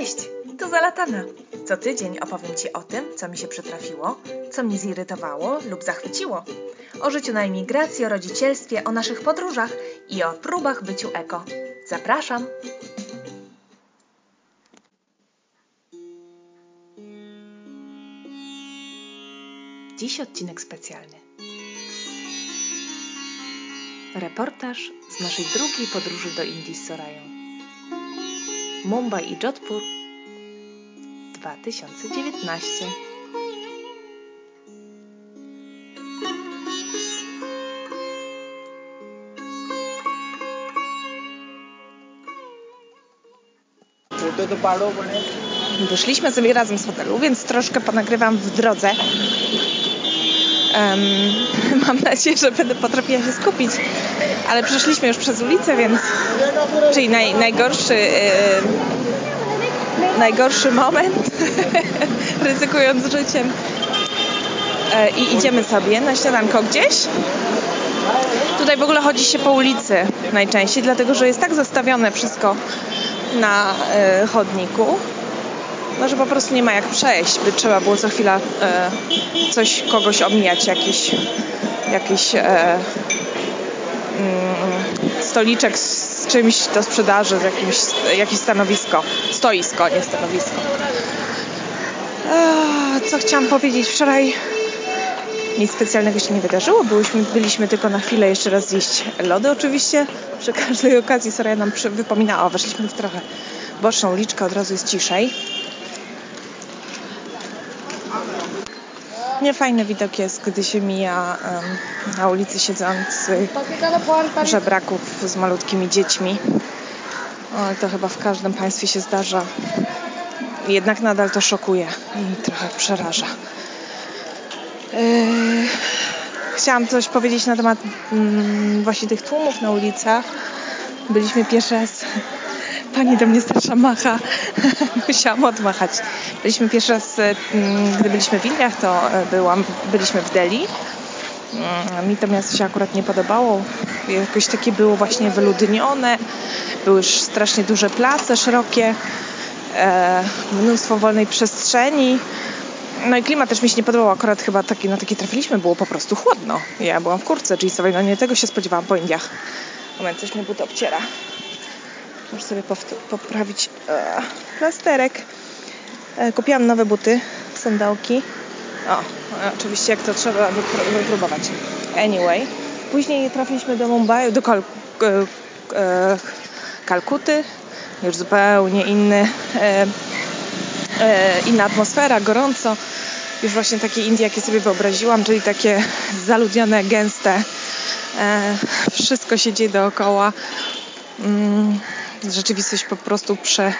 Cześć, tu Zalatana. Co tydzień opowiem Ci o tym, co mi się przytrafiło, co mnie zirytowało lub zachwyciło. O życiu na emigracji, o rodzicielstwie, o naszych podróżach i o próbach byciu eko. Zapraszam! Dziś odcinek specjalny. Reportaż z naszej drugiej podróży do Indii z Sorają. Mumbai i Jodhpur 2019. Wyszliśmy sobie razem z hotelu, więc troszkę ponagrywam w drodze. Mam nadzieję, że będę potrafiła się skupić, ale przeszliśmy już przez ulicę, więc czyli najgorszy moment ryzykując życiem i idziemy sobie na śniadanko gdzieś. Tutaj w ogóle chodzi się po ulicy najczęściej, dlatego że jest tak zastawione wszystko na chodniku, no, że po prostu nie ma jak przejść, by trzeba było co chwila kogoś omijać, jakiś stoliczek z czymś do sprzedaży, jakieś stanowisko, stoisko, nie stanowisko. Co chciałam powiedzieć? Wczoraj nic specjalnego się nie wydarzyło. Byliśmy tylko na chwilę jeszcze raz zjeść lody oczywiście. Przy każdej okazji Soraya nam wypomina, weszliśmy w trochę boczną uliczkę, od razu jest ciszej. Niefajny widok jest, gdy się mija na ulicy siedzących żebraków z malutkimi dziećmi. To chyba w każdym państwie się zdarza. Jednak nadal to szokuje i trochę przeraża. Chciałam coś powiedzieć na temat właśnie tych tłumów na ulicach. Byliśmy pierwszy raz, pani do mnie starsza macha, musiałam odmachać. Byliśmy pierwszy raz, gdy byliśmy w Indiach, to byliśmy w Delhi. Mi to miasto się akurat nie podobało. Jakoś takie było właśnie wyludnione. Były już strasznie duże place, szerokie, mnóstwo wolnej przestrzeni. No i klimat też mi się nie podobał. Akurat chyba na taki trafiliśmy, było po prostu chłodno. Ja byłam w kurtce jeansowej, no nie tego się spodziewałam po Indiach. Moment, coś mnie but obciera. Muszę sobie poprawić plasterek. Kupiłam nowe buty, sandałki. Oczywiście jak to trzeba wypróbować. Anyway, później trafiliśmy do Mumbai, do Kalkuty. Już zupełnie inna atmosfera, gorąco. Już właśnie takie Indie, jakie sobie wyobraziłam, czyli takie zaludnione, gęste. Wszystko się dzieje dookoła. Rzeczywistość po prostu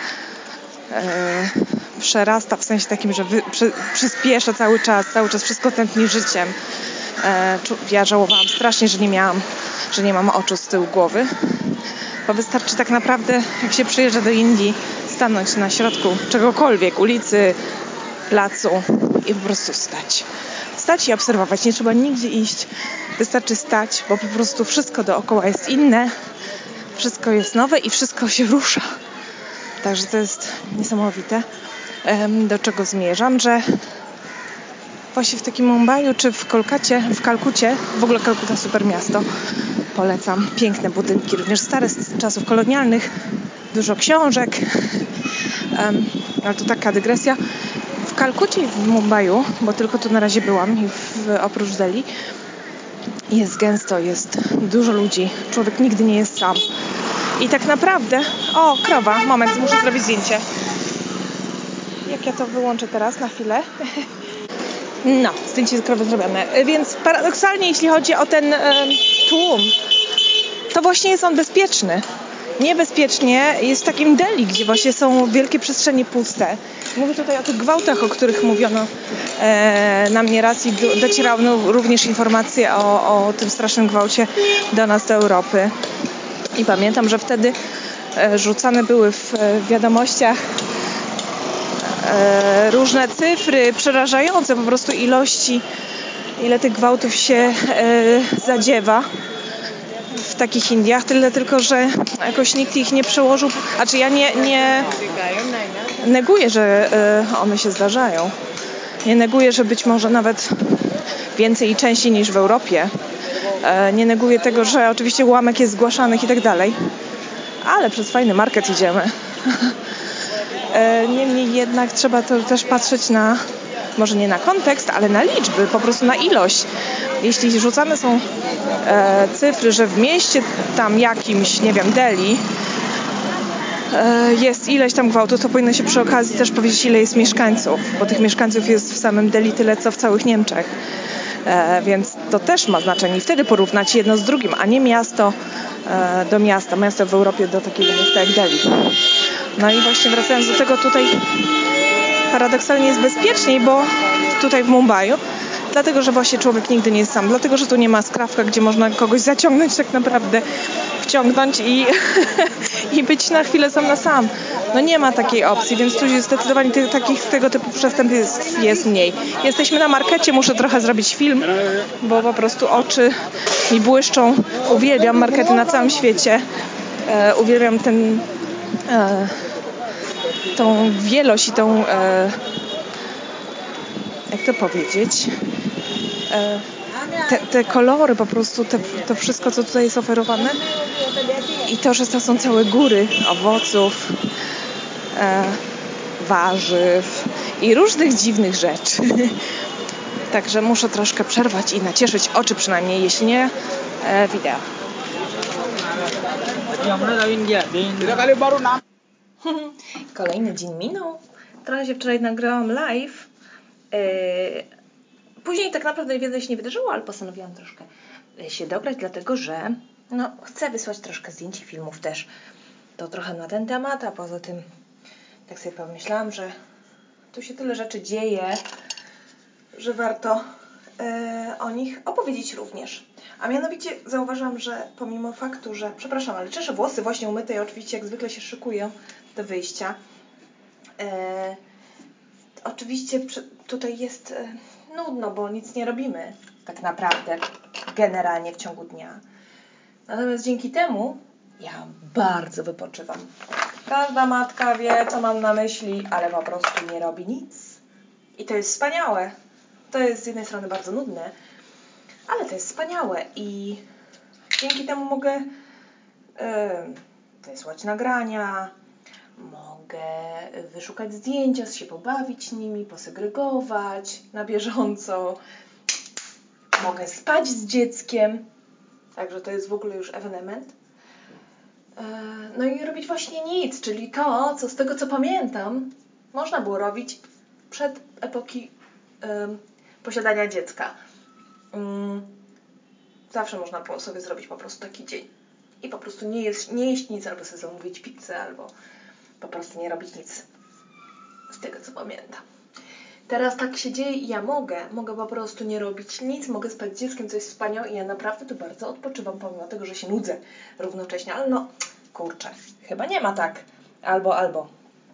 przerasta w sensie takim, że przyspiesza cały czas wszystko tętni życiem. Ja żałowałam strasznie, że nie mam oczu z tyłu głowy, bo wystarczy tak naprawdę, jak się przyjeżdża do Indii, stanąć na środku czegokolwiek, ulicy, placu i po prostu stać i obserwować. Nie trzeba nigdzie iść, wystarczy stać, bo po prostu wszystko dookoła jest inne, wszystko jest nowe i wszystko się rusza. Także to jest niesamowite. Do czego zmierzam, że właśnie w takim Mumbaiu czy w Kalkucie, w ogóle Kalkuta super miasto, polecam. Piękne budynki, również stare z czasów kolonialnych, dużo książek, ale to taka dygresja. W Kalkucie i w Mumbaiu, bo tylko tu na razie byłam oprócz Delhi, jest gęsto, jest dużo ludzi, człowiek nigdy nie jest sam. I tak naprawdę... krowa, moment, muszę zrobić zdjęcie. Jak ja to wyłączę teraz na chwilę? No, zdjęcie z krowy zrobione. Więc paradoksalnie, jeśli chodzi o ten tłum, to właśnie jest on bezpieczny. Niebezpiecznie jest w takim Delhi, gdzie właśnie są wielkie przestrzenie puste. Mówię tutaj o tych gwałtach, o których mówiono nam nieraz i docierały również informacje o tym strasznym gwałcie do nas, do Europy. I pamiętam, że wtedy rzucane były w wiadomościach różne cyfry przerażające, po prostu ilości, ile tych gwałtów się zadziewa takich Indiach, tyle tylko, że jakoś nikt ich nie przełożył, znaczy ja nie neguję, że one się zdarzają. Nie neguję, że być może nawet więcej i częściej niż w Europie. Nie neguję tego, że oczywiście ułamek jest zgłaszanych i tak dalej. Ale przez fajny market idziemy. Niemniej jednak trzeba to też patrzeć na, może nie na kontekst, ale na liczby, po prostu na ilość. Jeśli rzucane są cyfry, że w mieście tam jakimś, nie wiem, Delhi jest ileś tam gwałtów, to powinno się przy okazji też powiedzieć, ile jest mieszkańców, bo tych mieszkańców jest w samym Delhi tyle, co w całych Niemczech. Więc to też ma znaczenie i wtedy porównać jedno z drugim, a nie miasto do miasta, miasto w Europie do takiego miasta jak Delhi. No i właśnie wracając do tego, tutaj paradoksalnie jest bezpieczniej, bo tutaj w Mumbaiu, dlatego, że właśnie człowiek nigdy nie jest sam, dlatego, że tu nie ma skrawka, gdzie można kogoś zaciągnąć tak naprawdę, wciągnąć i być na chwilę sam na sam. No nie ma takiej opcji, więc tu zdecydowanie takich tego typu przestępstw jest mniej. Jesteśmy na markecie, muszę trochę zrobić film, bo po prostu oczy mi błyszczą. Uwielbiam markety na całym świecie. Uwielbiam tą wielość i tą jak to powiedzieć, te kolory po prostu, to wszystko, co tutaj jest oferowane i to, że to są całe góry owoców, warzyw i różnych dziwnych rzeczy. Także muszę troszkę przerwać i nacieszyć oczy przynajmniej, jeśli nie wideo. Kolejny dzień minął. Trochę się wczoraj nagrałam live. Później tak naprawdę więcej się nie wydarzyło, ale postanowiłam troszkę się dobrać, dlatego że chcę wysłać troszkę zdjęć i filmów też. To trochę na ten temat, a poza tym tak sobie pomyślałam, że tu się tyle rzeczy dzieje, że warto o nich opowiedzieć również. A mianowicie zauważyłam, że pomimo faktu, że, przepraszam, ale czeszę włosy właśnie umyte i oczywiście jak zwykle się szykuję do wyjścia. Oczywiście tutaj jest nudno, bo nic nie robimy tak naprawdę generalnie w ciągu dnia. Natomiast dzięki temu ja bardzo wypoczywam. Każda matka wie, co mam na myśli, ale po prostu nie robi nic. I to jest wspaniałe. To jest z jednej strony bardzo nudne, ale to jest wspaniałe i dzięki temu mogę wysłać nagrania, mogę wyszukać zdjęcia, się pobawić nimi, posegregować na bieżąco. Mogę spać z dzieckiem. Także to jest w ogóle już ewenement. No i robić właśnie nic, czyli to, co z tego co pamiętam, można było robić przed epoki posiadania dziecka. Zawsze można było sobie zrobić po prostu taki dzień. I po prostu nie jeść nic, albo sobie zamówić pizzę, albo po prostu nie robić nic. Z tego co pamiętam. Teraz tak się dzieje i ja mogę po prostu nie robić nic, mogę spać z dzieckiem, co jest wspaniałe i ja naprawdę tu bardzo odpoczywam, pomimo tego, że się nudzę równocześnie, ale kurczę, chyba nie ma tak. Albo.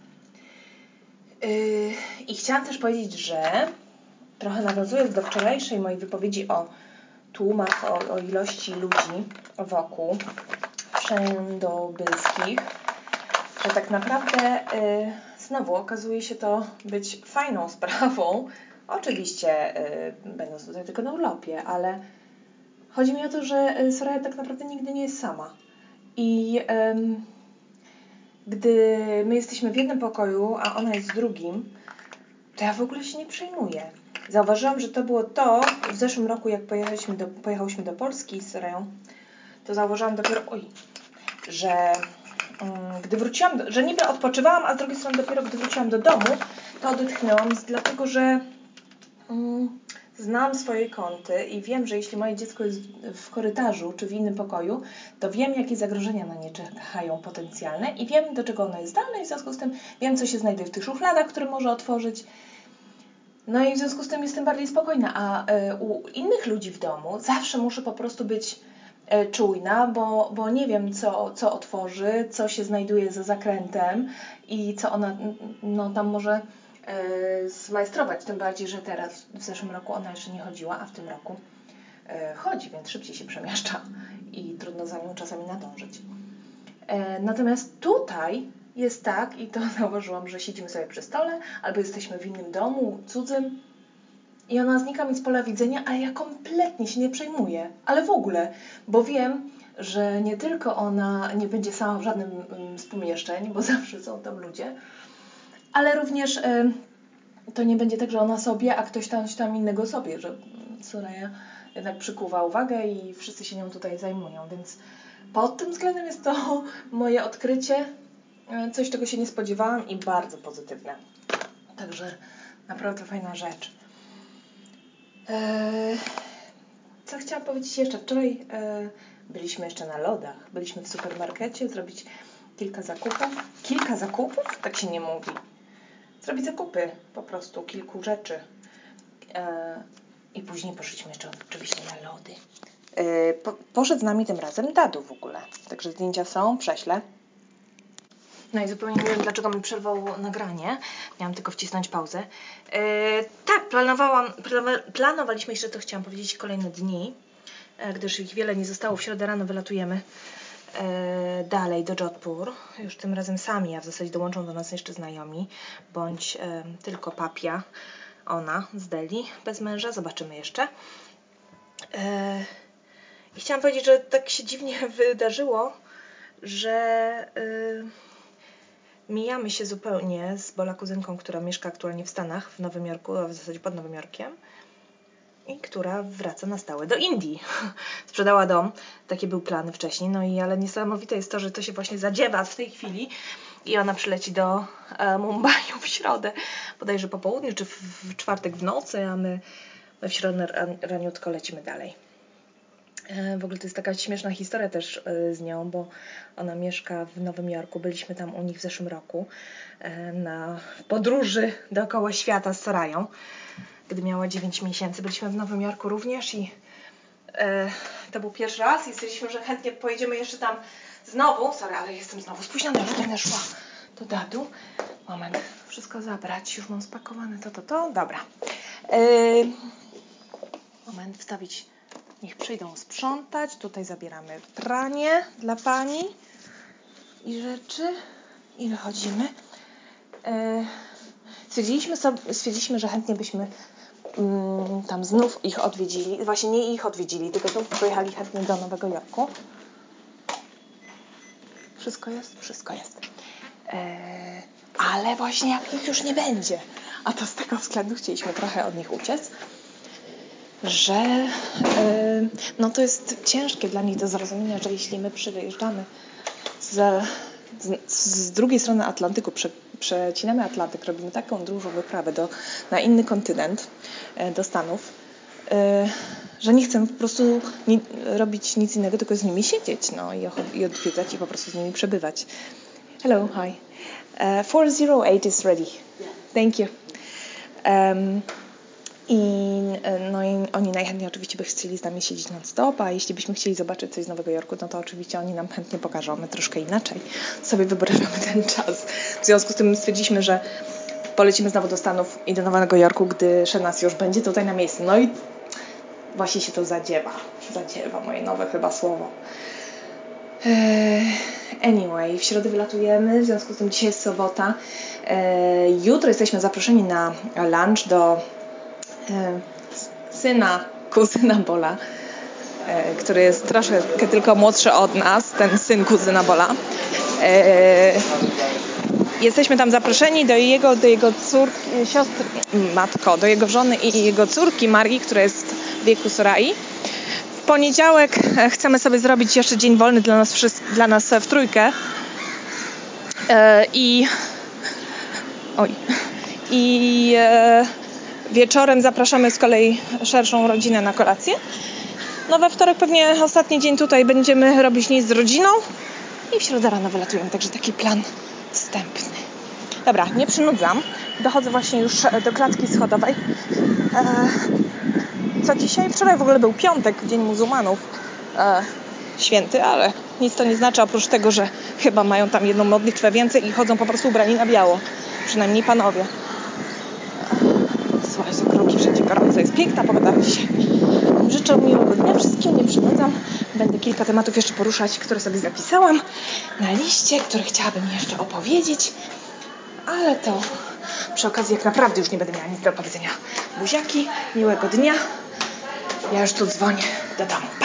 I chciałam też powiedzieć, że trochę nawiązując do wczorajszej mojej wypowiedzi o tłumach, o ilości ludzi wokół, wszędobylskich, że tak naprawdę znowu okazuje się to być fajną sprawą. Oczywiście będąc tutaj tylko na urlopie, ale chodzi mi o to, że Soraya tak naprawdę nigdy nie jest sama. I gdy my jesteśmy w jednym pokoju, a ona jest w drugim, to ja w ogóle się nie przejmuję. Zauważyłam, że to było to w zeszłym roku, jak pojechałyśmy do Polski z Sorają, to zauważyłam dopiero, że gdy wróciłam, że niby odpoczywałam, a z drugiej strony dopiero gdy wróciłam do domu, to odetchnęłam, dlatego że znam swoje kąty i wiem, że jeśli moje dziecko jest w korytarzu czy w innym pokoju, to wiem, jakie zagrożenia na nie czekają potencjalne i wiem, do czego ono jest zdolne i w związku z tym wiem, co się znajduje w tych szufladach, które może otworzyć. No i w związku z tym jestem bardziej spokojna, a u innych ludzi w domu zawsze muszę po prostu być czujna, bo nie wiem, co otworzy, co się znajduje za zakrętem i co ona tam może zmajstrować. Tym bardziej, że teraz w zeszłym roku ona jeszcze nie chodziła, a w tym roku chodzi, więc szybciej się przemieszcza i trudno za nią czasami nadążyć. Natomiast tutaj jest tak, i to zauważyłam, że siedzimy sobie przy stole, albo jesteśmy w innym domu, cudzym, i ona znika mi z pola widzenia, ale ja kompletnie się nie przejmuję. Ale w ogóle, bo wiem, że nie tylko ona nie będzie sama w żadnym z pomieszczeń, bo zawsze są tam ludzie, ale również to nie będzie tak, że ona sobie, a ktoś tam innego sobie, że Soraya jednak przykuwa uwagę i wszyscy się nią tutaj zajmują, więc pod tym względem jest to moje odkrycie, coś, czego się nie spodziewałam i bardzo pozytywne. Także naprawdę fajna rzecz. Co chciałam powiedzieć jeszcze? Wczoraj byliśmy jeszcze na lodach. Byliśmy w supermarkecie zrobić kilka zakupów. Kilka zakupów? Tak się nie mówi. Zrobić zakupy po prostu, kilku rzeczy. I później poszliśmy jeszcze oczywiście na lody. Poszedł z nami tym razem Dadu w ogóle. Także zdjęcia są, prześlę. No i zupełnie nie wiem, dlaczego mi przerwał nagranie. Miałam tylko wcisnąć pauzę. Tak, planowaliśmy jeszcze, to chciałam powiedzieć, kolejne dni, gdyż ich wiele nie zostało. W środę rano wylatujemy dalej do Jodhpur. Już tym razem sami, a w zasadzie dołączą do nas jeszcze znajomi, bądź tylko Papia, ona z Delhi, bez męża. Zobaczymy jeszcze. I chciałam powiedzieć, że tak się dziwnie wydarzyło, że mijamy się zupełnie z Bola kuzynką, która mieszka aktualnie w Stanach, w Nowym Jorku, a w zasadzie pod Nowym Jorkiem, i która wraca na stałe do Indii. Sprzedała dom, takie były plany wcześniej, no i ale niesamowite jest to, że to się właśnie zadziewa w tej chwili i ona przyleci do Mumbai w środę, bodajże po południu, czy w czwartek w nocy, a my w środę raniutko lecimy dalej. W ogóle to jest taka śmieszna historia też z nią, bo ona mieszka w Nowym Jorku. Byliśmy tam u nich w zeszłym roku na podróży dookoła świata z Sorają, gdy miała 9 miesięcy. Byliśmy w Nowym Jorku również i to był pierwszy raz i stwierdziliśmy, że chętnie pojedziemy jeszcze tam znowu. Sorry, ale jestem znowu spóźniona, już będę szła do Dadu. Moment, wszystko zabrać, już mam spakowane to. Dobra. Moment, wstawić. Niech przyjdą sprzątać. Tutaj zabieramy pranie dla pani i rzeczy. I wychodzimy. Stwierdziliśmy, że chętnie byśmy tam znów ich odwiedzili. Właśnie nie ich odwiedzili, tylko znów pojechali chętnie do Nowego Jorku. Wszystko jest? Wszystko jest. Ale właśnie jak ich już nie będzie. A to z tego względu chcieliśmy trochę od nich uciec, że no to jest ciężkie dla nich do zrozumienia, że jeśli my przyjeżdżamy z drugiej strony Atlantyku, przecinamy Atlantyk, robimy taką dużą wyprawę na inny kontynent, do Stanów, że nie chcemy po prostu robić nic innego, tylko z nimi siedzieć, no i odwiedzać i po prostu z nimi przebywać. Hello, hi. 408 is ready. Thank you. I oni najchętniej oczywiście by chcieli z nami siedzieć non-stop, a jeśli byśmy chcieli zobaczyć coś z Nowego Jorku, no to oczywiście oni nam chętnie pokażą. My troszkę inaczej sobie wyobrażamy ten czas. W związku z tym stwierdziliśmy, że polecimy znowu do Stanów i do Nowego Jorku, gdy Szenas już będzie tutaj na miejscu. No i właśnie się to zadziewa. Zadziewa, moje nowe chyba słowo. Anyway, w środę wylatujemy, w związku z tym dzisiaj jest sobota. Jutro jesteśmy zaproszeni na lunch do kuzyna Bola, który jest troszeczkę tylko młodszy od nas, ten syn kuzyna Bola. Jesteśmy tam zaproszeni do jego córki, siostry, do jego żony i jego córki Marii, która jest w wieku Sorai. W poniedziałek chcemy sobie zrobić jeszcze dzień wolny dla nas w trójkę. Wieczorem zapraszamy z kolei szerszą rodzinę na kolację. No we wtorek pewnie ostatni dzień tutaj będziemy robić nic z rodziną i w środę rano wylatujemy, także taki plan wstępny. Dobra, nie przynudzam. Dochodzę właśnie już do klatki schodowej. Co dzisiaj? Wczoraj w ogóle był piątek, Dzień Muzułmanów. Święty, ale nic to nie znaczy, oprócz tego, że chyba mają tam jedną modlitwę więcej i chodzą po prostu ubrani na biało. Przynajmniej panowie. Słuchajcie, kroki wszędzie gorąco. Jest piękna pogoda dzisiaj. Życzę miłego dnia wszystkim, nie przynudzam. Będę kilka tematów jeszcze poruszać, które sobie zapisałam na liście, które chciałabym jeszcze opowiedzieć. Ale to przy okazji, jak naprawdę już nie będę miała nic do powiedzenia. Buziaki, miłego dnia. Ja już tu dzwonię do domu. Pa!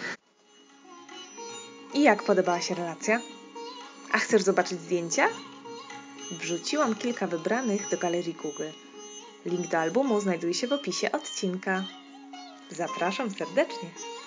I jak podobała się relacja? A chcesz zobaczyć zdjęcia? Wrzuciłam kilka wybranych do galerii Google. Link do albumu znajduje się w opisie odcinka. Zapraszam serdecznie.